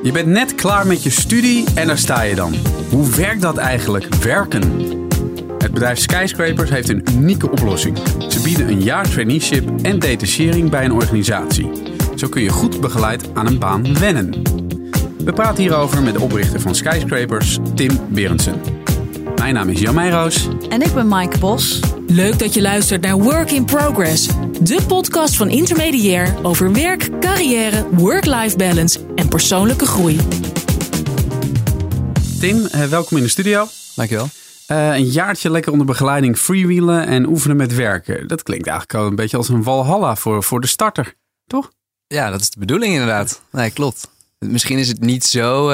Je bent net klaar met je studie en daar sta je dan. Hoe werkt dat eigenlijk, werken? Het bedrijf Skyscrapers heeft een unieke oplossing. Ze bieden een jaar traineeship en detachering bij een organisatie. Zo kun je goed begeleid aan een baan wennen. We praten hierover met de oprichter van Skyscrapers, Tim Berendsen. Mijn naam is Jan Meijroos. En ik ben Maaike Bos. Leuk dat je luistert naar Work in Progress. De podcast van Intermediair over werk, carrière, work-life balance en persoonlijke groei. Tim, welkom in de studio. Dankjewel. Een jaartje lekker onder begeleiding freewheelen en oefenen met werken. Dat klinkt eigenlijk al een beetje als een walhalla voor de starter, toch? Ja, dat is de bedoeling inderdaad. Nee, klopt. Misschien is het niet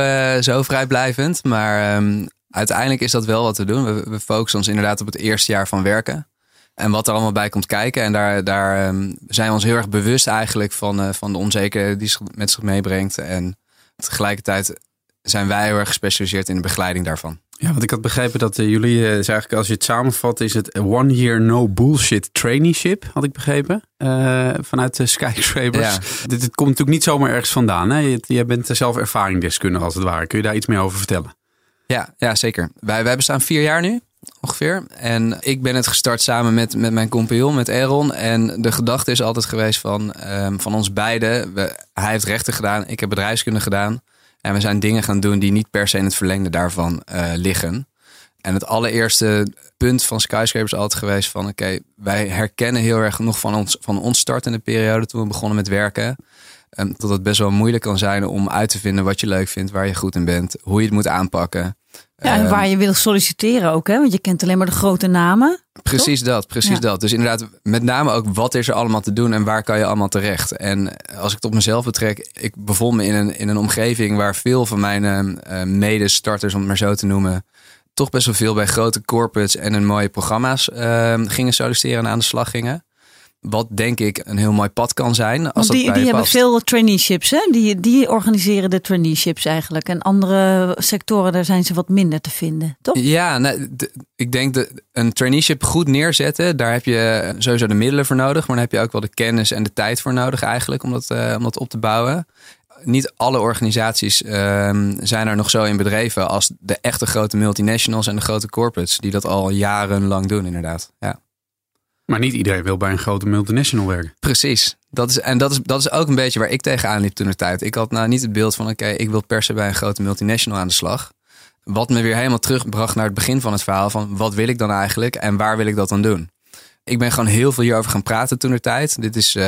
zo vrijblijvend, maar uiteindelijk is dat wel wat we doen. We focussen ons inderdaad op het eerste jaar van werken. En wat er allemaal bij komt kijken. En daar zijn we ons heel erg bewust eigenlijk van de onzekerheid die het met zich meebrengt. En tegelijkertijd zijn wij heel erg gespecialiseerd in de begeleiding daarvan. Ja, want ik had begrepen dat jullie, is eigenlijk als je het samenvat, is het one year no bullshit traineeship, had ik begrepen, vanuit Skyscrapers. Ja. Dit komt natuurlijk niet zomaar ergens vandaan. Hè? Jij bent zelf ervaringsdeskundige als het ware. Kun je daar iets meer over vertellen? Ja, zeker. Wij bestaan 4 jaar nu ongeveer. En ik ben het gestart samen met mijn compagnon, met Aaron. En de gedachte is altijd geweest van ons beiden. Hij heeft rechten gedaan, ik heb bedrijfskunde gedaan. En we zijn dingen gaan doen die niet per se in het verlengde daarvan liggen. En het allereerste punt van Skyscrapers is altijd geweest van oké, wij herkennen heel erg nog van ons startende periode toen we begonnen met werken. Dat het best wel moeilijk kan zijn om uit te vinden wat je leuk vindt, waar je goed in bent, hoe je het moet aanpakken. Ja, en waar je wil solliciteren ook, hè? Want je kent alleen maar de grote namen. Precies dat. Dus inderdaad, met name ook wat is er allemaal te doen en waar kan je allemaal terecht. En als ik het op mezelf betrek, ik bevond me in een omgeving waar veel van mijn medestarters, om het maar zo te noemen, toch best wel veel bij grote corporates en een mooie programma's gingen solliciteren en aan de slag gingen. Wat denk ik een heel mooi pad kan zijn. Als Want die hebben veel traineeships, hè? Die organiseren de traineeships eigenlijk. En andere sectoren, daar zijn ze wat minder te vinden, toch? Ja, ik denk dat een traineeship goed neerzetten, daar heb je sowieso de middelen voor nodig. Maar dan heb je ook wel de kennis en de tijd voor nodig eigenlijk om dat op te bouwen. Niet alle organisaties zijn er nog zo in bedreven als de echte grote multinationals en de grote corporates. Die dat al jarenlang doen inderdaad, ja. Maar niet iedereen wil bij een grote multinational werken. Precies. Dat is ook een beetje waar ik tegenaan liep toen de tijd. Ik had niet het beeld van oké, ik wil per se bij een grote multinational aan de slag. Wat me weer helemaal terugbracht naar het begin van het verhaal van wat wil ik dan eigenlijk en waar wil ik dat dan doen? Ik ben gewoon heel veel hierover gaan praten toen de tijd. Dit is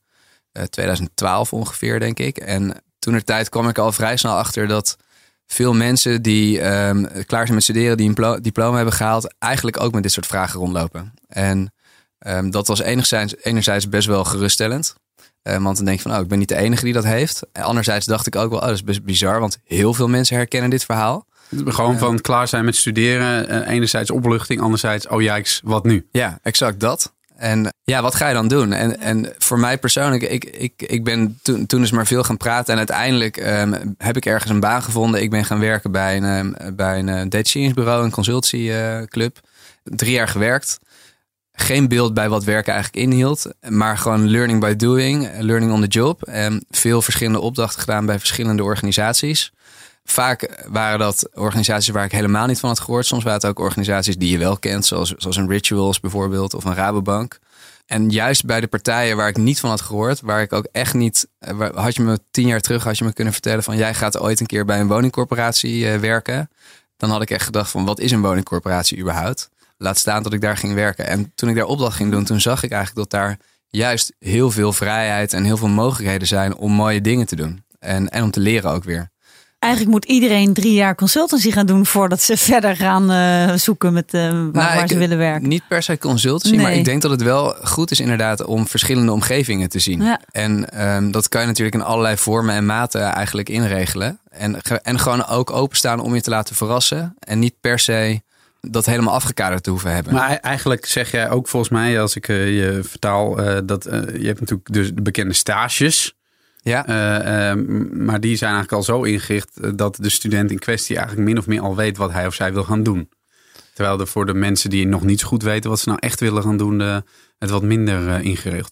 2012 ongeveer, denk ik. En toen de tijd kwam ik al vrij snel achter dat veel mensen die klaar zijn met studeren, die een diploma hebben gehaald, eigenlijk ook met dit soort vragen rondlopen. En dat was enerzijds best wel geruststellend. Want dan denk je van, ik ben niet de enige die dat heeft. En anderzijds dacht ik ook wel, dat is best bizar. Want heel veel mensen herkennen dit verhaal. Gewoon van klaar zijn met studeren. Enerzijds opluchting, anderzijds, jijks, wat nu? Ja, exact dat. En ja, wat ga je dan doen? En voor mij persoonlijk, ik ben toen eens maar veel gaan praten. En uiteindelijk heb ik ergens een baan gevonden. Ik ben gaan werken bij een detacheringsbureau, een consultieclub. 3 jaar gewerkt. Geen beeld bij wat werken eigenlijk inhield. Maar gewoon learning by doing. Learning on the job. En veel verschillende opdrachten gedaan bij verschillende organisaties. Vaak waren dat organisaties waar ik helemaal niet van had gehoord. Soms waren het ook organisaties die je wel kent. Zoals een Rituals bijvoorbeeld. Of een Rabobank. En juist bij de partijen waar ik niet van had gehoord. Waar ik ook echt niet. Had je me 10 jaar terug kunnen vertellen van jij gaat ooit een keer bij een woningcorporatie werken. Dan had ik echt gedacht van wat is een woningcorporatie überhaupt? Laat staan dat ik daar ging werken. En toen ik daar opdracht ging doen, toen zag ik eigenlijk dat daar juist heel veel vrijheid en heel veel mogelijkheden zijn om mooie dingen te doen. En om te leren ook weer. Eigenlijk moet iedereen 3 jaar consultancy gaan doen voordat ze verder gaan zoeken met waar ze willen werken. Niet per se consultancy, nee. Maar ik denk dat het wel goed is inderdaad om verschillende omgevingen te zien. Ja. En dat kan je natuurlijk in allerlei vormen en maten eigenlijk inregelen. En gewoon ook openstaan om je te laten verrassen. En niet per se dat helemaal afgekaderd te hoeven hebben. Maar eigenlijk zeg jij ook volgens mij, als ik je vertaal, dat je hebt natuurlijk dus de bekende stages. Ja. Maar die zijn eigenlijk al zo ingericht dat de student in kwestie eigenlijk min of meer al weet wat hij of zij wil gaan doen. Terwijl er voor de mensen die nog niet zo goed weten wat ze nou echt willen gaan doen, het wat minder ingeregeld is.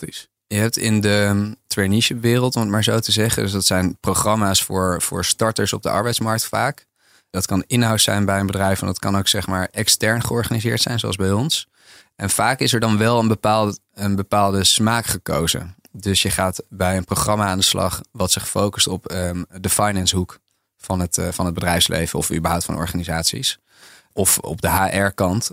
Je hebt in de traineeship wereld, om het maar zo te zeggen. Dus dat zijn programma's voor starters op de arbeidsmarkt vaak. Dat kan in-house zijn bij een bedrijf. En dat kan ook zeg maar extern georganiseerd zijn, zoals bij ons. En vaak is er dan wel een bepaalde smaak gekozen. Dus je gaat bij een programma aan de slag wat zich focust op de finance hoek van het bedrijfsleven of überhaupt van organisaties. Of op de HR-kant.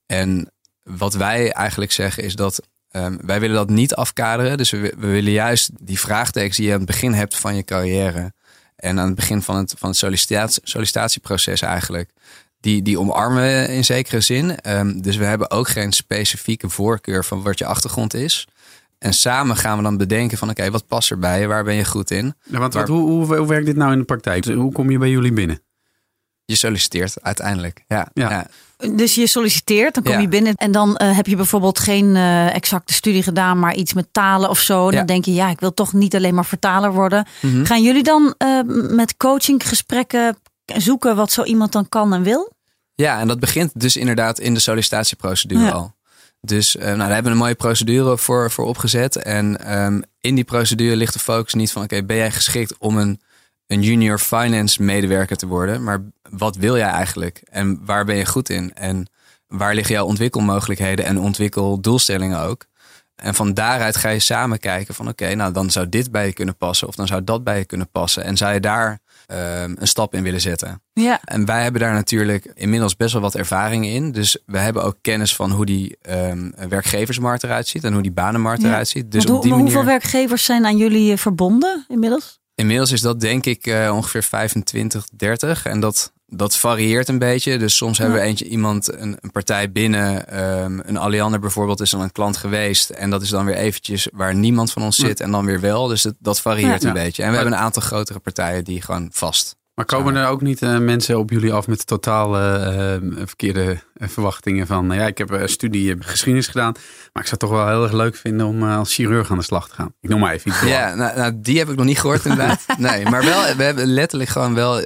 En wat wij eigenlijk zeggen is dat wij willen dat niet afkaderen. Dus we willen juist die vraagtekens die je aan het begin hebt van je carrière en aan het begin van het sollicitatieproces eigenlijk, die omarmen we in zekere zin. Dus we hebben ook geen specifieke voorkeur van wat je achtergrond is. En samen gaan we dan bedenken van oké, wat past erbij je? Waar ben je goed in? Ja, want hoe werkt dit nou in de praktijk? Hoe kom je bij jullie binnen? Je solliciteert uiteindelijk. Ja. Dus je solliciteert, dan kom je binnen en dan heb je bijvoorbeeld geen exacte studie gedaan, maar iets met talen of zo. En dan denk je, ik wil toch niet alleen maar vertaler worden. Mm-hmm. Gaan jullie dan met coachinggesprekken zoeken wat zo iemand dan kan en wil? Ja, en dat begint dus inderdaad in de sollicitatieprocedure al. Dus daar hebben we een mooie procedure voor opgezet. En in die procedure ligt de focus niet van oké, ben jij geschikt om een junior finance medewerker te worden? Maar wat wil jij eigenlijk? En waar ben je goed in? En waar liggen jouw ontwikkelmogelijkheden en ontwikkeldoelstellingen ook? En van daaruit ga je samen kijken van oké, nou dan zou dit bij je kunnen passen. Of dan zou dat bij je kunnen passen. En zou je daar een stap in willen zetten. Ja. En wij hebben daar natuurlijk inmiddels best wel wat ervaring in. Dus we hebben ook kennis van hoe die werkgeversmarkt eruit ziet. En hoe die banenmarkt eruit ziet. Dus op die manier... Hoeveel werkgevers zijn aan jullie verbonden inmiddels? Inmiddels is dat denk ik ongeveer 25, 30. En dat varieert een beetje. Dus soms hebben we een partij binnen. Een Alliander bijvoorbeeld is dan een klant geweest. En dat is dan weer eventjes waar niemand van ons zit. En dan weer wel. Dus dat varieert een beetje. En we hebben een aantal grotere partijen die gewoon vast. Maar komen er ook niet mensen op jullie af met totaal verkeerde verwachtingen van... ik heb een studie geschiedenis gedaan, maar ik zou het toch wel heel erg leuk vinden om als chirurg aan de slag te gaan. Ik noem maar even iets. Ja, nou, die heb ik nog niet gehoord inderdaad. Nee, maar wel, we hebben letterlijk gewoon wel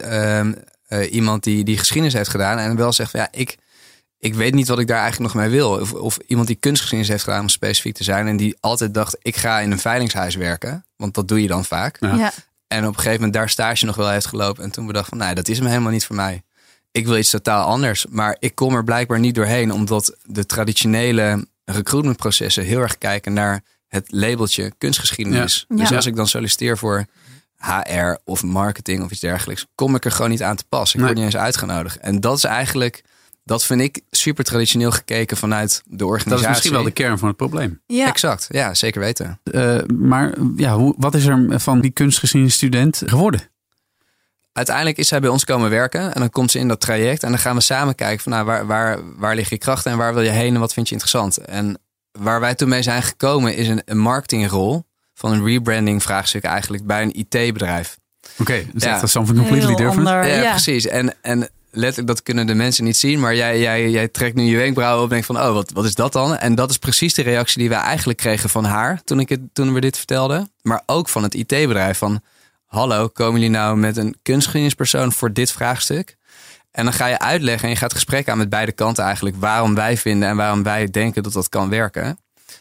iemand die geschiedenis heeft gedaan en wel zegt van ik weet niet wat ik daar eigenlijk nog mee wil. Of iemand die kunstgeschiedenis heeft gedaan om specifiek te zijn en die altijd dacht ik ga in een veilingshuis werken, want dat doe je dan vaak. Ja. En op een gegeven moment daar stage nog wel heeft gelopen. En toen bedacht van, dat is hem helemaal niet voor mij. Ik wil iets totaal anders. Maar ik kom er blijkbaar niet doorheen. Omdat de traditionele recruitmentprocessen heel erg kijken naar het labeltje kunstgeschiedenis. Ja. Dus als ik dan solliciteer voor HR of marketing of iets dergelijks, kom ik er gewoon niet aan te pas. Ik word niet eens uitgenodigd. En dat is eigenlijk... Dat vind ik super traditioneel gekeken vanuit de organisatie. Dat is misschien wel de kern van het probleem. Ja. Exact, ja, zeker weten. Maar wat is er van die kunstgeschiedenisstudent geworden? Uiteindelijk is zij bij ons komen werken en dan komt ze in dat traject. En dan gaan we samen kijken van waar lig je krachten en waar wil je heen en wat vind je interessant. En waar wij toen mee zijn gekomen is een marketingrol van een rebranding vraagstuk eigenlijk bij een IT-bedrijf. Oké, dus dat is something completely different. Ja, precies. En letterlijk, dat kunnen de mensen niet zien. Maar jij trekt nu je wenkbrauwen op en denkt van, wat is dat dan? En dat is precies de reactie die wij eigenlijk kregen van haar toen we dit vertelden. Maar ook van het IT-bedrijf van, hallo, komen jullie nou met een kunstgeschiedenispersoon voor dit vraagstuk? En dan ga je uitleggen en je gaat gesprek aan met beide kanten eigenlijk waarom wij vinden en waarom wij denken dat kan werken.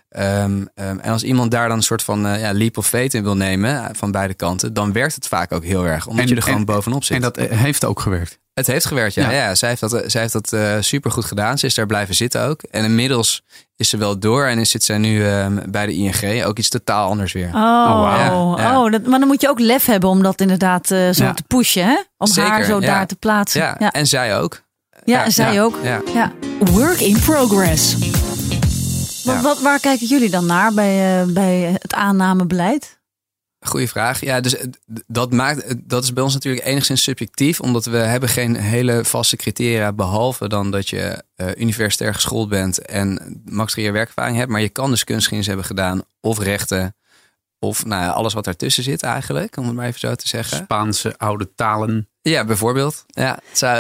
En als iemand daar dan een soort van leap of faith in wil nemen van beide kanten, dan werkt het vaak ook heel erg. Omdat je er gewoon bovenop zit. En dat heeft ook gewerkt? Het heeft gewerkt, ja. Zij heeft dat super goed gedaan. Ze is daar blijven zitten ook. En inmiddels is ze wel door en zit zij nu bij de ING. Ook iets totaal anders weer. Maar dan moet je ook lef hebben om dat inderdaad zo te pushen. Hè? Om zeker, haar zo daar te plaatsen. Ja. En zij ook. En zij ook. Ja. Work in progress. Waar kijken jullie dan naar bij het aannamebeleid? Goeie vraag. Ja, dus dat is bij ons natuurlijk enigszins subjectief, omdat we hebben geen hele vaste criteria, behalve dan dat je universitair geschoold bent en max 3 jaar werkervaring hebt. Maar je kan dus kunstgeschiedenis hebben gedaan of rechten of alles wat daartussen zit eigenlijk, om het maar even zo te zeggen. Spaanse oude talen. Ja, bijvoorbeeld. Ja,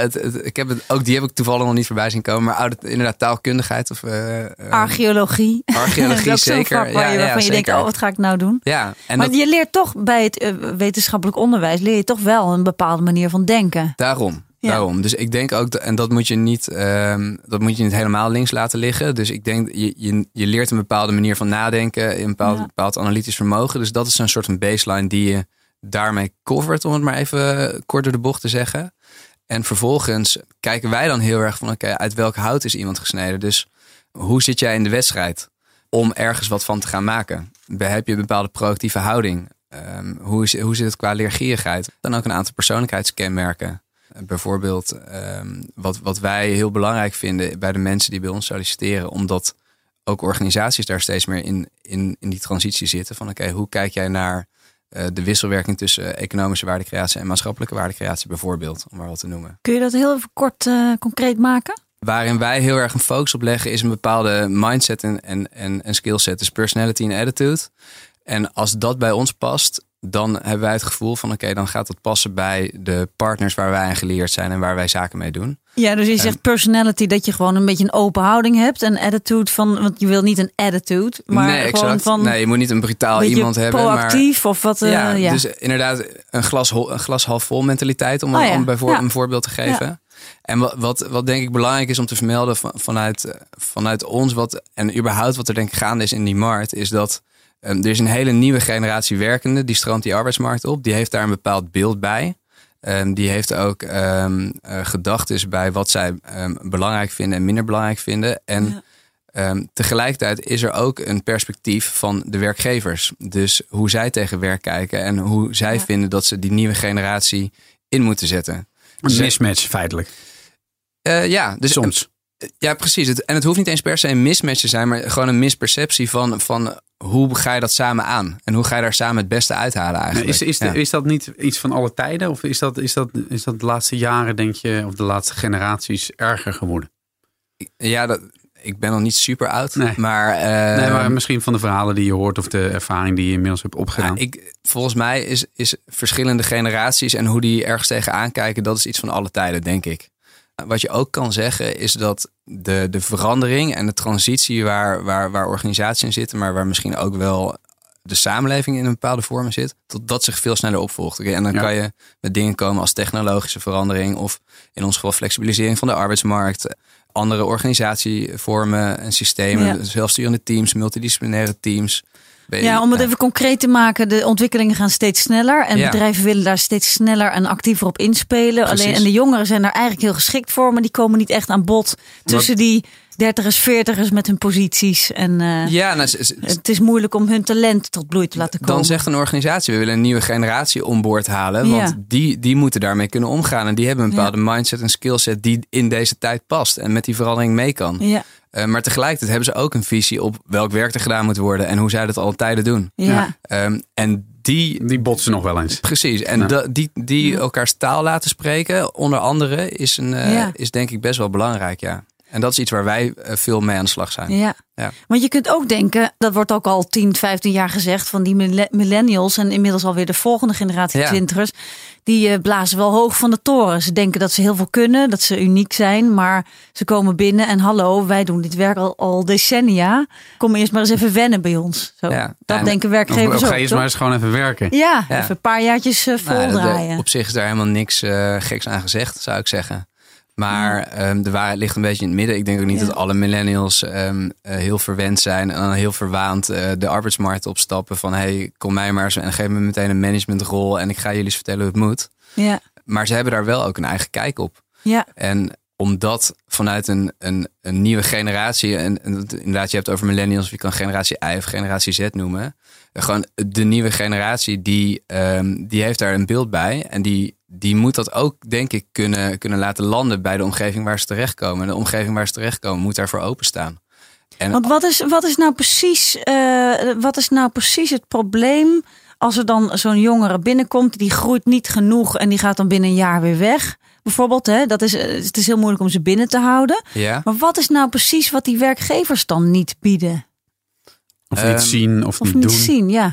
die heb ik toevallig nog niet voorbij zien komen. Maar inderdaad taalkundigheid of archeologie. Archeologie, zeker. Waarvan je denkt, wat ga ik nou doen? Ja, maar je leert toch bij het wetenschappelijk onderwijs, leer je toch wel een bepaalde manier van denken. Daarom. Daarom. Dus ik denk ook, en dat moet je niet helemaal links laten liggen. Dus ik denk, je leert een bepaalde manier van nadenken, een bepaald analytisch vermogen. Dus dat is een soort van baseline die je daarmee covert, om het maar even kort door de bocht te zeggen. En vervolgens kijken wij dan heel erg van, oké, uit welk hout is iemand gesneden? Dus hoe zit jij in de wedstrijd om ergens wat van te gaan maken? Heb je een bepaalde proactieve houding? Hoe zit het qua leergierigheid? Dan ook een aantal persoonlijkheidskenmerken. Bijvoorbeeld wat wij heel belangrijk vinden bij de mensen die bij ons solliciteren. Omdat ook organisaties daar steeds meer in die transitie zitten. Van oké, hoe kijk jij naar de wisselwerking tussen economische waardecreatie en maatschappelijke waardecreatie bijvoorbeeld. Om maar wat te noemen. Kun je dat heel even kort concreet maken? Waarin wij heel erg een focus op leggen is een bepaalde mindset en skillset. Dus personality en attitude. En als dat bij ons past, dan hebben wij het gevoel van oké, dan gaat dat passen bij de partners waar wij aan geleerd zijn en waar wij zaken mee doen. Ja, dus je zegt personality, dat je gewoon een beetje een open houding hebt. En attitude want je wil niet een attitude. Maar nee, gewoon exact. van. Nee, je moet niet een brutaal iemand hebben. Proactief of wat. Ja, dus inderdaad een glas half vol mentaliteit om bijvoorbeeld een voorbeeld te geven. Ja. En wat denk ik belangrijk is om te vermelden vanuit ons, en überhaupt wat er denk ik gaande is in die markt, is dat er is een hele nieuwe generatie werkenden, die stroomt die arbeidsmarkt op. Die heeft daar een bepaald beeld bij. Die heeft ook gedachtes bij wat zij belangrijk vinden en minder belangrijk vinden. En tegelijkertijd is er ook een perspectief van de werkgevers. Dus hoe zij tegen werk kijken en hoe zij vinden dat ze die nieuwe generatie in moeten zetten. Een mismatch feitelijk. Dus soms. Ja, precies. En het hoeft niet eens per se een mismatch te zijn, maar gewoon een misperceptie van hoe ga je dat samen aan? En hoe ga je daar samen het beste uithalen eigenlijk? Is dat niet iets van alle tijden? Of is dat de laatste jaren, denk je, of de laatste generaties erger geworden? Ja, ik ben nog niet super oud. Nee. Maar misschien van de verhalen die je hoort of de ervaring die je inmiddels hebt opgedaan. Volgens mij is verschillende generaties en hoe die ergens tegenaan kijken, dat is iets van alle tijden, denk ik. Wat je ook kan zeggen is dat de verandering en de transitie waar organisaties in zitten, maar waar misschien ook wel de samenleving in een bepaalde vorm zit, dat zich veel sneller opvolgt. Okay? En dan kan je met dingen komen als technologische verandering of in ons geval flexibilisering van de arbeidsmarkt, andere organisatievormen en systemen, zelfsturende teams, multidisciplinaire teams. Ja, om het even concreet te maken, de ontwikkelingen gaan steeds sneller en bedrijven willen daar steeds sneller en actiever op inspelen. En de jongeren zijn daar eigenlijk heel geschikt voor, maar die komen niet echt aan bod tussen die 30ers, 40ers met hun posities. En het is moeilijk om hun talent tot bloei te laten komen. Dan zegt een organisatie, we willen een nieuwe generatie onboord halen, want die moeten daarmee kunnen omgaan. En die hebben een bepaalde mindset en skillset die in deze tijd past en met die verandering mee kan. Ja. Maar tegelijkertijd hebben ze ook een visie op welk werk er gedaan moet worden en hoe zij dat al tijden doen. Ja. En die botsen nog wel eens. Precies. En die elkaars taal laten spreken, onder andere, is denk ik best wel belangrijk, ja. En dat is iets waar wij veel mee aan de slag zijn. Ja. Want je kunt ook denken, dat wordt ook al 10, 15 jaar gezegd, van die millennials en inmiddels alweer de volgende generatie twintigers, die blazen wel hoog van de toren. Ze denken dat ze heel veel kunnen, dat ze uniek zijn, maar ze komen binnen en hallo, wij doen dit werk al decennia. Kom eerst maar eens even wennen bij ons. Zo. Ja. Dat denken werkgevers ook. Ga eerst maar eens gewoon even werken. Ja, even een paar jaartjes voldraaien. Op zich is daar helemaal niks geks aan gezegd, zou ik zeggen. Maar de waarheid ligt een beetje in het midden. Ik denk ook niet dat alle millennials heel verwend zijn en heel verwaand de arbeidsmarkt opstappen van hey, kom mij maar eens en geef me meteen een managementrol en ik ga jullie eens vertellen hoe het moet. Ja. Maar ze hebben daar wel ook een eigen kijk op. Ja. En omdat vanuit een nieuwe generatie, en inderdaad je hebt over millennials, of je kan generatie Y of generatie Z noemen. Gewoon de nieuwe generatie die heeft daar een beeld bij en die moet dat ook, denk ik, kunnen laten landen bij de omgeving waar ze terechtkomen. En de omgeving waar ze terechtkomen moet daarvoor openstaan. Want wat is nou precies het probleem als er dan zo'n jongere binnenkomt, die groeit niet genoeg en die gaat dan binnen een jaar weer weg? Bijvoorbeeld, het is heel moeilijk om ze binnen te houden. Ja. Maar wat is nou precies wat die werkgevers dan niet bieden? Of niet zien of niet doen. Zien, ja.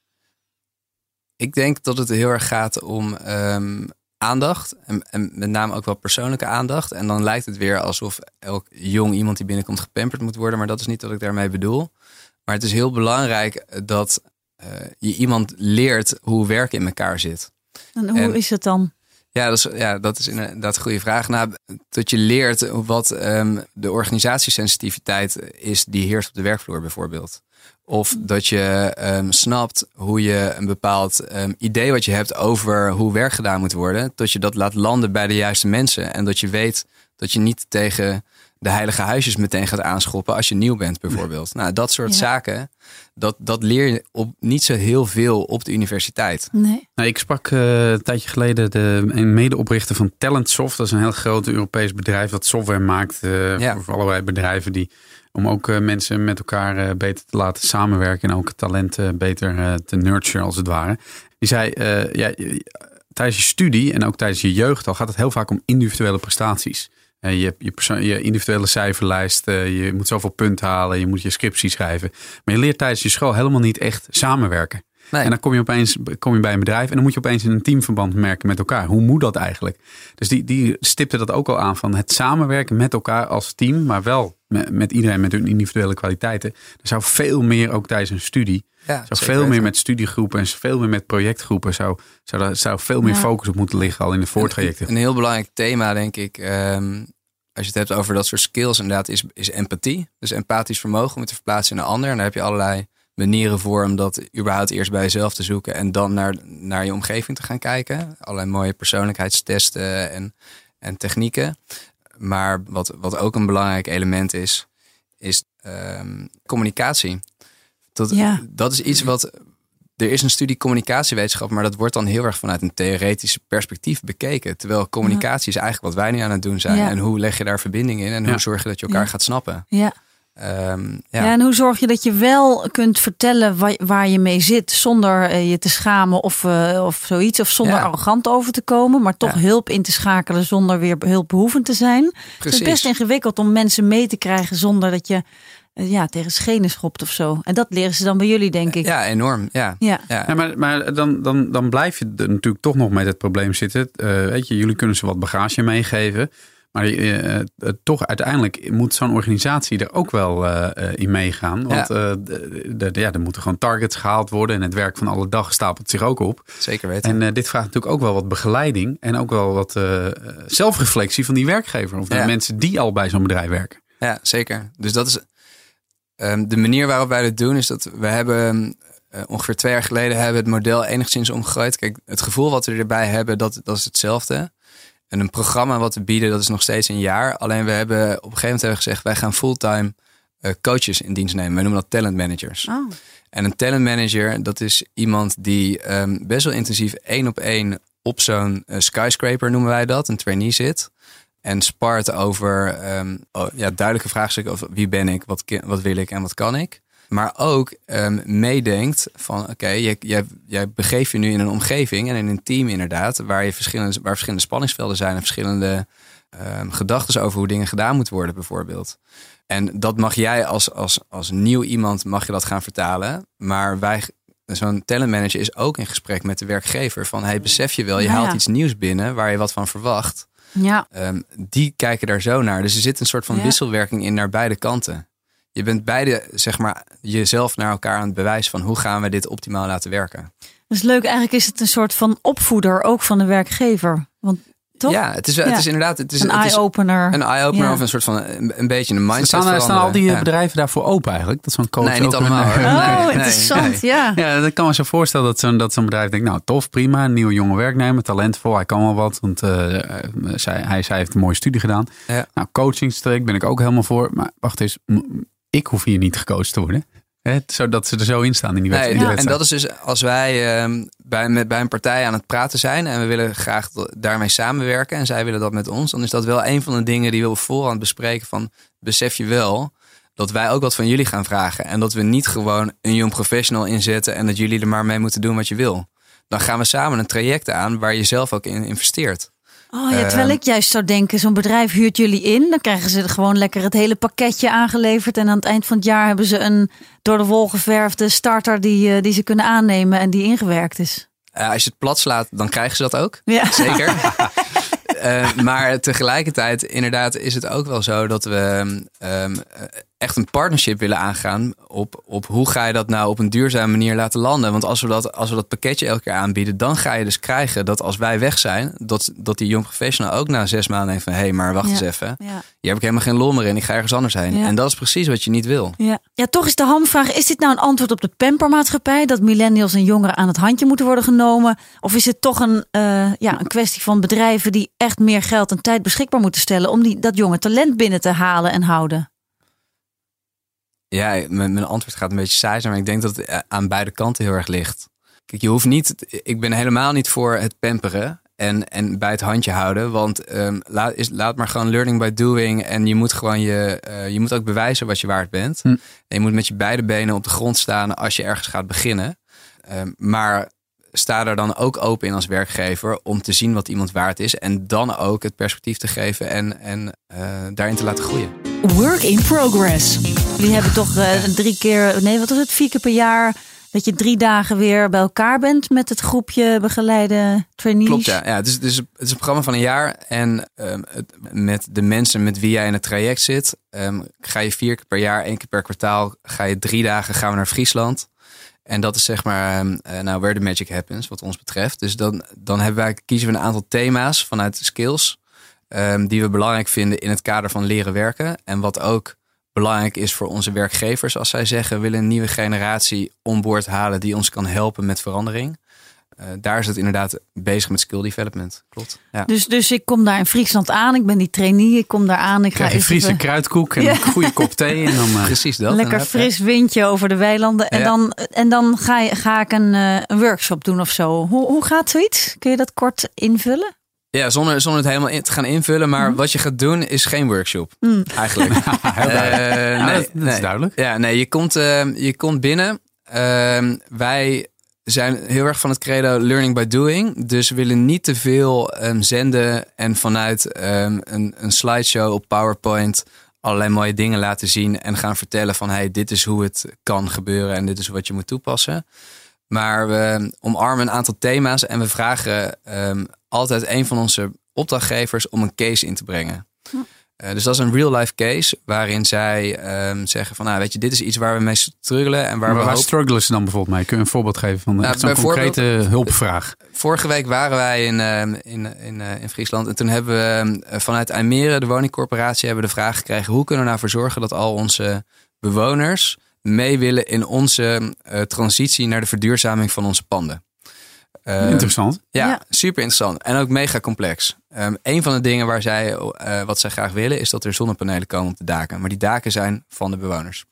Ik denk dat het heel erg gaat om aandacht. En met name ook wel persoonlijke aandacht. En dan lijkt het weer alsof elk jong iemand die binnenkomt gepamperd moet worden. Maar dat is niet wat ik daarmee bedoel. Maar het is heel belangrijk dat je iemand leert hoe werken in elkaar zit. En hoe is het dan? Dat is inderdaad een goede vraag. Nou, dat je leert wat de organisatiesensitiviteit is die heerst op de werkvloer bijvoorbeeld. Of dat je snapt hoe je een bepaald idee wat je hebt over hoe werk gedaan moet worden, dat je dat laat landen bij de juiste mensen. En dat je weet dat je niet tegen de heilige huisjes meteen gaat aanschoppen als je nieuw bent bijvoorbeeld. Nou, dat soort zaken, dat leer je niet zo heel veel op de universiteit. Nee. Nou, ik sprak een tijdje geleden een medeoprichter van Talentsoft. Dat is een heel groot Europees bedrijf dat software maakt voor allerlei bedrijven om ook mensen met elkaar beter te laten samenwerken en ook talenten beter te nurturen als het ware. Die zei, tijdens je studie en ook tijdens je jeugd al gaat het heel vaak om individuele prestaties. Je individuele cijferlijst, je moet zoveel punten halen, je moet je scriptie schrijven. Maar je leert tijdens je school helemaal niet echt samenwerken. Nee. En dan kom je bij een bedrijf en dan moet je opeens in een teamverband merken met elkaar. Hoe moet dat eigenlijk? Dus die stipte dat ook al aan van het samenwerken met elkaar als team, maar wel met iedereen met hun individuele kwaliteiten. Er zou veel meer ook tijdens een studie. Zou veel meer met studiegroepen en veel meer met projectgroepen zou veel meer focus op moeten liggen al in de voortrajecten. Een heel belangrijk thema, denk ik, als je het hebt over dat soort skills inderdaad, is empathie. Dus empathisch vermogen om je te verplaatsen in een ander. En daar heb je allerlei manieren voor om dat überhaupt eerst bij jezelf te zoeken en dan naar je omgeving te gaan kijken. Allerlei mooie persoonlijkheidstesten en technieken. Maar wat ook een belangrijk element is communicatie. Dat is iets wat... Er is een studie communicatiewetenschap, maar dat wordt dan heel erg vanuit een theoretisch perspectief bekeken. Terwijl communicatie is eigenlijk wat wij nu aan het doen zijn. Ja. En hoe leg je daar verbinding in en hoe zorg je dat je elkaar gaat snappen? Ja. En hoe zorg je dat je wel kunt vertellen waar je mee zit zonder je te schamen of zoiets. Of zonder arrogant over te komen, maar toch hulp in te schakelen zonder weer hulpbehoevend te zijn. Precies. Het is best ingewikkeld om mensen mee te krijgen zonder dat je tegen schenen schopt of zo. En dat leren ze dan bij jullie, denk ik. Ja, enorm. Ja, maar dan blijf je er natuurlijk toch nog met het probleem zitten. Jullie kunnen ze wat bagage meegeven. Maar toch uiteindelijk moet zo'n organisatie er ook wel in meegaan. Want er moeten gewoon targets gehaald worden. En het werk van alle dag stapelt zich ook op. Zeker weten. En dit vraagt natuurlijk ook wel wat begeleiding. En ook wel wat zelfreflectie van die werkgever. Of de mensen die al bij zo'n bedrijf werken. Ja, zeker. Dus dat is de manier waarop wij dit doen. Is dat we hebben ongeveer 2 jaar geleden hebben het model enigszins omgegooid. Kijk, het gevoel wat we erbij hebben, dat is hetzelfde. En een programma wat we bieden, dat is nog steeds een jaar. Alleen we hebben op een gegeven moment gezegd, wij gaan fulltime coaches in dienst nemen. Wij noemen dat talent managers. Oh. En een talent manager, dat is iemand die best wel intensief 1-op-1 op zo'n skyscraper, noemen wij dat, een trainee zit. En spart over duidelijke vraagstukken over wie ben ik, wat wil ik en wat kan ik. Maar ook meedenkt van oké, jij begeeft je nu in een omgeving en in een team inderdaad, waar verschillende spanningsvelden zijn en verschillende gedachten over hoe dingen gedaan moeten worden bijvoorbeeld. En dat mag jij als nieuw iemand mag je dat gaan vertalen. Maar zo'n talentmanager is ook in gesprek met de werkgever van hey, besef je wel, je haalt iets nieuws binnen waar je wat van verwacht. Ja. Die kijken daar zo naar. Dus er zit een soort van wisselwerking in naar beide kanten. Je bent beide, zeg maar, jezelf naar elkaar aan het bewijzen van hoe gaan we dit optimaal laten werken. Dat is leuk. Eigenlijk is het een soort van opvoeder ook van de werkgever. Want toch? Ja, het is inderdaad een eye-opener. Een eye-opener of een soort van een beetje een mindset veranderen. Staan al die bedrijven daarvoor open eigenlijk? Dat zo'n coach nee, niet allemaal. Interessant. Ja, dat kan me zo voorstellen dat zo'n bedrijf denkt, nou tof, prima, een nieuwe jonge werknemer, talentvol, hij kan wel wat, want zij heeft een mooie studie gedaan. Ja. Nou, coachingstreek ben ik ook helemaal voor. Maar wacht eens, ik hoef hier niet gecoacht te worden. Zodat ze er zo in staan in die wedstrijd. En dat is dus als wij bij een partij aan het praten zijn en we willen graag daarmee samenwerken en zij willen dat met ons, dan is dat wel een van de dingen die we op voorhand bespreken van besef je wel dat wij ook wat van jullie gaan vragen en dat we niet gewoon een young professional inzetten en dat jullie er maar mee moeten doen wat je wil. Dan gaan we samen een traject aan waar je zelf ook in investeert. Oh ja, terwijl ik juist zou denken, zo'n bedrijf huurt jullie in. Dan krijgen ze er gewoon lekker het hele pakketje aangeleverd. En aan het eind van het jaar hebben ze een door de wol geverfde starter die ze kunnen aannemen en die ingewerkt is. Als je het plat slaat, dan krijgen ze dat ook. Ja. Zeker. Maar tegelijkertijd, inderdaad, is het ook wel zo dat we echt een partnership willen aangaan op hoe ga je dat nou op een duurzame manier laten landen. Want als we dat pakketje elke keer aanbieden, dan ga je dus krijgen dat als wij weg zijn, dat die young professional ook na 6 maanden denkt van hé, maar wacht eens even. Ja. Hier heb ik helemaal geen lol meer in, ik ga ergens anders heen. Ja. En dat is precies wat je niet wil. Ja, toch is de hamvraag, is dit nou een antwoord op de pampermaatschappij? Dat millennials en jongeren aan het handje moeten worden genomen? Of is het toch een kwestie van bedrijven die echt meer geld en tijd beschikbaar moeten stellen om dat jonge talent binnen te halen en houden? Ja, mijn antwoord gaat een beetje saai zijn, maar ik denk dat het aan beide kanten heel erg ligt. Kijk, je hoeft niet, ik ben helemaal niet voor het pamperen en bij het handje houden, want laat maar gewoon learning by doing en je moet gewoon je moet ook bewijzen wat je waard bent. En je moet met je beide benen op de grond staan als je ergens gaat beginnen. Maar sta er dan ook open in als werkgever om te zien wat iemand waard is en dan ook het perspectief te geven en daarin te laten groeien. Work in progress. Jullie hebben toch 4 keer per jaar dat je 3 dagen weer bij elkaar bent met het groepje begeleide trainees? Klopt, ja. Het is een programma van een jaar en met de mensen met wie jij in het traject zit, ga je 4 keer per jaar, 1 keer per kwartaal, ga je 3 dagen gaan we naar Friesland. En dat is zeg maar where the magic happens wat ons betreft. Dus dan kiezen we een aantal thema's vanuit de skills die we belangrijk vinden in het kader van leren werken. En wat ook belangrijk is voor onze werkgevers als zij zeggen we willen een nieuwe generatie onboard halen die ons kan helpen met verandering. Daar is het inderdaad bezig met skill development. Klopt. Ja. Dus ik kom daar in Friesland aan. Ik ben die trainee. Ik kom daar aan. Ik krijg je Friese kruidkoek en een goede kop thee. En dan, precies dat. Lekker fris windje over de weilanden. En dan ga ik een workshop doen of zo. Hoe gaat zoiets? Kun je dat kort invullen? Ja, zonder het helemaal te gaan invullen. Maar wat je gaat doen is geen workshop. Eigenlijk. Heel duidelijk. Dat is duidelijk. Ja, nee, je komt binnen. Wij zijn heel erg van het credo learning by doing. Dus we willen niet te veel zenden en vanuit een slideshow op PowerPoint allerlei mooie dingen laten zien en gaan vertellen van hey, dit is hoe het kan gebeuren en dit is wat je moet toepassen. Maar we omarmen een aantal thema's en we vragen altijd een van onze opdrachtgevers om een case in te brengen. Dus dat is een real life case waarin zij zeggen van weet je, dit is iets waar we mee struggelen. En waar struggelen ze dan bijvoorbeeld mee? Kun je een voorbeeld geven van zo'n concrete hulpvraag? Vorige week waren wij in Friesland en toen hebben we vanuit IJmeren, de woningcorporatie, hebben de vraag gekregen hoe kunnen we nou voor zorgen dat al onze bewoners mee willen in onze transitie naar de verduurzaming van onze panden. Interessant. Ja, super interessant. En ook mega complex. Een van de dingen wat zij graag willen is dat er zonnepanelen komen op de daken. Maar die daken zijn van de bewoners.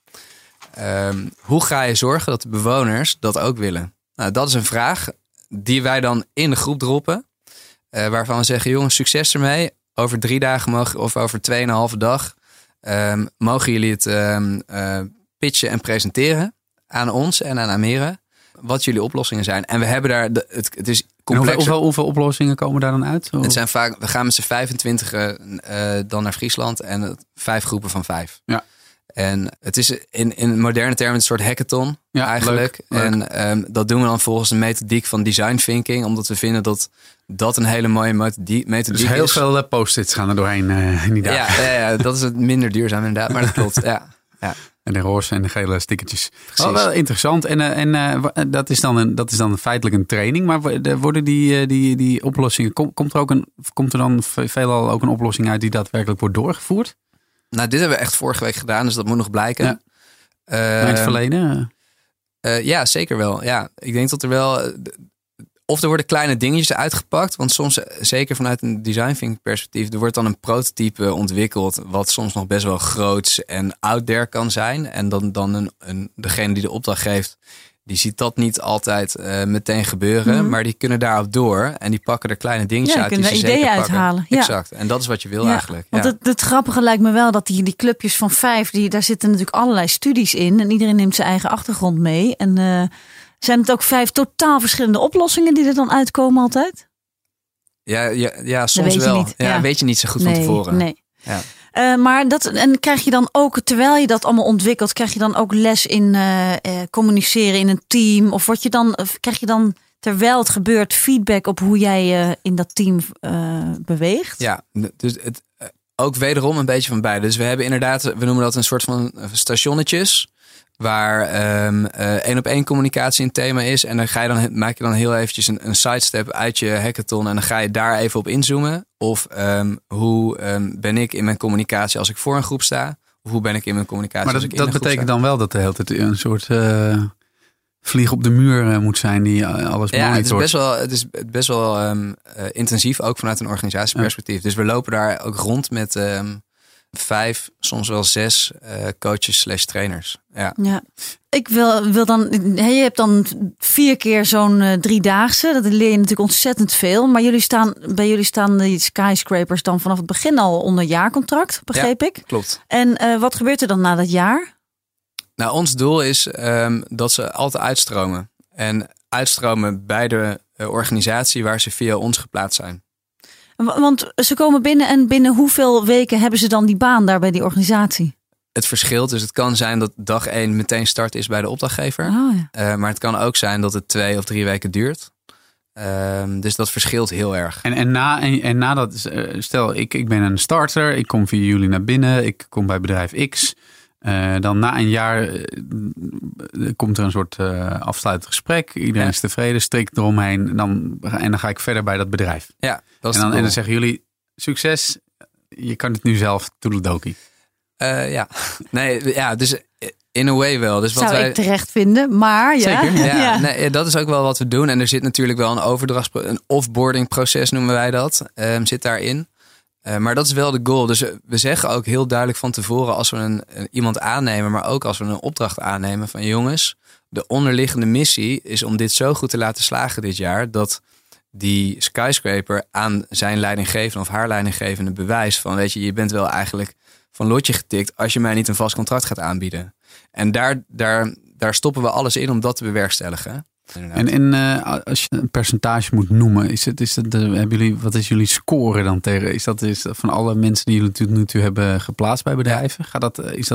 Hoe ga je zorgen dat de bewoners dat ook willen? Nou, dat is een vraag die wij dan in de groep droppen. Waarvan we zeggen, jongens, succes ermee. Over 3 dagen of over 2,5 dag mogen jullie het pitchen en presenteren aan ons en aan Amere. Wat jullie oplossingen zijn. En we hebben daar, het is complex. Hoeveel oplossingen komen daar dan uit? Het zijn vaak, we gaan met z'n 25 dan naar Friesland en 5 groepen van 5. Ja. En het is in moderne termen een soort hackathon eigenlijk. Leuk. En dat doen we dan volgens de methodiek van design thinking. Omdat we vinden dat een hele mooie methodiek dus heel is. Veel post-its gaan er doorheen in die dagen. Ja, dat is het minder duurzaam inderdaad. Maar dat klopt, ja. En de roze en de gele stickertjes. Oh, wel interessant. En dat is dan feitelijk een training. Maar worden die oplossingen... Komt er dan veelal ook een oplossing uit die daadwerkelijk wordt doorgevoerd? Nou, dit hebben we echt vorige week gedaan. Dus dat moet nog blijken. Ja. In het verleden? Ja, zeker wel. Ja, ik denk dat er wel... Of er worden kleine dingetjes uitgepakt. Want soms, zeker vanuit een design thinking perspectief, er wordt dan een prototype ontwikkeld wat soms nog best wel groots en out there kan zijn. En dan degene die de opdracht geeft, die ziet dat niet altijd meteen gebeuren. Maar die kunnen daarop door en die pakken er kleine dingetjes uit. Die ze ideeën uithalen. Ja. Exact. En dat is wat je wil eigenlijk. Want het grappige lijkt me wel dat die clubjes van 5, daar zitten natuurlijk allerlei studies in. En iedereen neemt zijn eigen achtergrond mee. En zijn het ook 5 totaal verschillende oplossingen die er dan uitkomen altijd? Ja, soms wel. Niet. Ja, weet je niet zo goed van tevoren. Nee. Ja. Maar en krijg je dan ook, terwijl je dat allemaal ontwikkelt, krijg je dan ook les in communiceren in een team? Of krijg je dan, terwijl het gebeurt, feedback op hoe jij in dat team beweegt? Ja, dus ook wederom een beetje van beide. Dus we hebben inderdaad, we noemen dat een soort van stationnetjes. Waar 1-op-1 communicatie een thema is. En dan maak je dan heel eventjes een sidestep uit je hackathon. En dan ga je daar even op inzoomen. Of hoe ben ik in mijn communicatie als ik voor een groep sta? Of hoe ben ik in mijn communicatie als ik in een groep sta? Maar dat betekent dan wel dat de hele tijd een soort vlieg op de muur moet zijn die alles monitort. Het is best wel intensief, ook vanuit een organisatieperspectief. Ja. Dus we lopen daar ook rond met 5, soms wel 6 coaches/trainers. Ja. Ik wil dan, je hebt dan 4 keer zo'n 3-daagse. Dat leer je natuurlijk ontzettend veel. Maar bij jullie staan die skyscrapers dan vanaf het begin al onder jaarcontract, begreep ik. Klopt. En wat gebeurt er dan na dat jaar? Nou, ons doel is dat ze altijd uitstromen. En uitstromen bij de organisatie waar ze via ons geplaatst zijn. Want ze komen binnen en binnen hoeveel weken hebben ze dan die baan daar bij die organisatie? Het verschilt. Dus het kan zijn dat dag 1 meteen start is bij de opdrachtgever. Oh, ja. Maar het kan ook zijn dat het 2 of 3 weken duurt. Dus dat verschilt heel erg. En na dat, stel ik ben een starter. Ik kom via jullie naar binnen. Ik kom bij bedrijf X. Dan na een jaar komt er een soort afsluitend gesprek. Iedereen is tevreden, strikt eromheen. En dan ga ik verder bij dat bedrijf. Ja, dat is en dan zeggen jullie, succes, je kan het nu zelf, toedeledokie. Dus in a way wel. Dus Zou ik terecht vinden, maar ja. Zeker, ja. Nee, dat is ook wel wat we doen. En er zit natuurlijk wel een offboarding proces, noemen wij dat, zit daarin. Maar dat is wel de goal. Dus we zeggen ook heel duidelijk van tevoren als we iemand aannemen, maar ook als we een opdracht aannemen van jongens, de onderliggende missie is om dit zo goed te laten slagen dit jaar, dat die skyscraper aan zijn leidinggevende of haar leidinggevende bewijst van, weet je bent wel eigenlijk van lotje getikt als je mij niet een vast contract gaat aanbieden. En daar stoppen we alles in om dat te bewerkstelligen. En als je een percentage moet noemen, wat is jullie score dan tegen? Is dat van alle mensen die jullie nu hebben geplaatst bij bedrijven? Dat is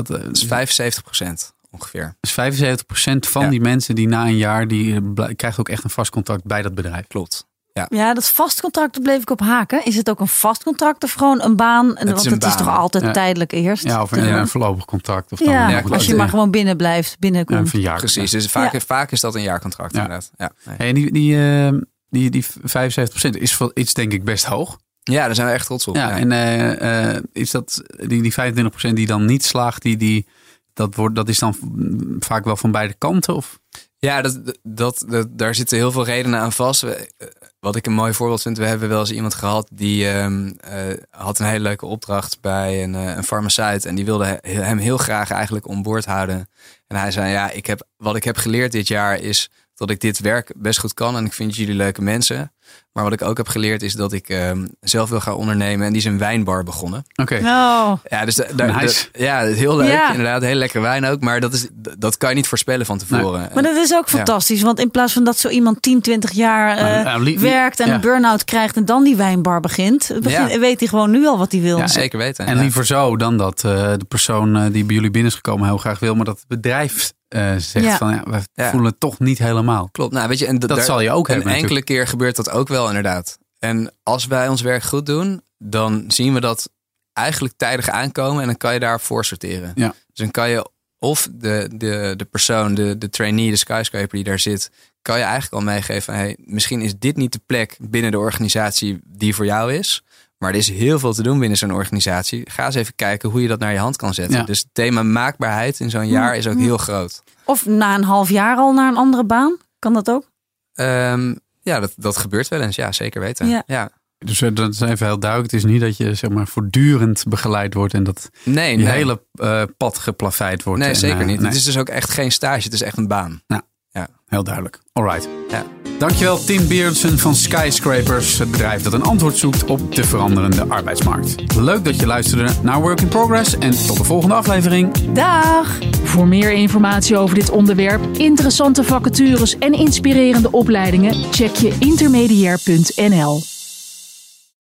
75% ongeveer. Dus 75% van die mensen die na een jaar, die krijgt ook echt een vast contract bij dat bedrijf. Klopt. Ja, dat vast contract, daar bleef ik op haken. Is het ook een vast contract of gewoon een baan? Want het is toch altijd tijdelijk eerst? Ja, of een voorlopig contract. Of als je maar gewoon binnenkomt. Een jaar. Precies, dus vaak is dat een jaarcontract inderdaad. Ja. En die 75% is denk ik best hoog. Ja, daar zijn we echt trots op. Ja. En is dat die 25% die dan niet slaagt, dat is dan vaak wel van beide kanten? Of? Ja, daar zitten heel veel redenen aan vast. Wat ik een mooi voorbeeld vind, we hebben wel eens iemand gehad die had een hele leuke opdracht bij een farmaceut. En die wilde hem heel graag eigenlijk on board houden. En hij zei, wat ik heb geleerd dit jaar is dat ik dit werk best goed kan. En ik vind jullie leuke mensen. Maar wat ik ook heb geleerd is dat ik zelf wil gaan ondernemen. En die is een wijnbar begonnen. Oké. Oh. Ja, dus nice. heel leuk. Inderdaad, heel lekkere wijn ook. Maar dat kan je niet voorspellen van tevoren. Nee. Maar dat is ook fantastisch. Want in plaats van dat zo iemand 10, 20 jaar werkt en een burn-out krijgt en dan die wijnbar begint, weet hij gewoon nu al wat hij wil. Ja, zeker weten. En liever zo dan dat de persoon die bij jullie binnen is gekomen heel graag wil, maar dat het bedrijf zegt van we voelen het toch niet helemaal. Klopt. Nou, weet je, en dat zal je ook hebben. En enkele keer gebeurt dat ook wel inderdaad. En als wij ons werk goed doen, dan zien we dat eigenlijk tijdig aankomen en dan kan je daarvoor sorteren. Ja. Dus dan kan je of de persoon, de trainee, de skyscraper die daar zit, kan je eigenlijk al meegeven van misschien is dit niet de plek binnen de organisatie die voor jou is. Maar er is heel veel te doen binnen zo'n organisatie. Ga eens even kijken hoe je dat naar je hand kan zetten. Ja. Dus het thema maakbaarheid in zo'n jaar is ook heel groot. Of na een half jaar al naar een andere baan? Kan dat ook? Dat gebeurt wel eens. Ja, zeker weten. Ja. Dus dat is even heel duidelijk. Het is niet dat je voortdurend begeleid wordt en dat je hele pad geplaveid wordt. Nee, zeker niet. Het is dus ook echt geen stage. Het is echt een baan. Ja, heel duidelijk. Alright. Ja. Dankjewel Tim Berendsen van Skyscrapers, het bedrijf dat een antwoord zoekt op de veranderende arbeidsmarkt. Leuk dat je luisterde naar Work in Progress en tot de volgende aflevering. Dag! Voor meer informatie over dit onderwerp, interessante vacatures en inspirerende opleidingen, check je intermediair.nl.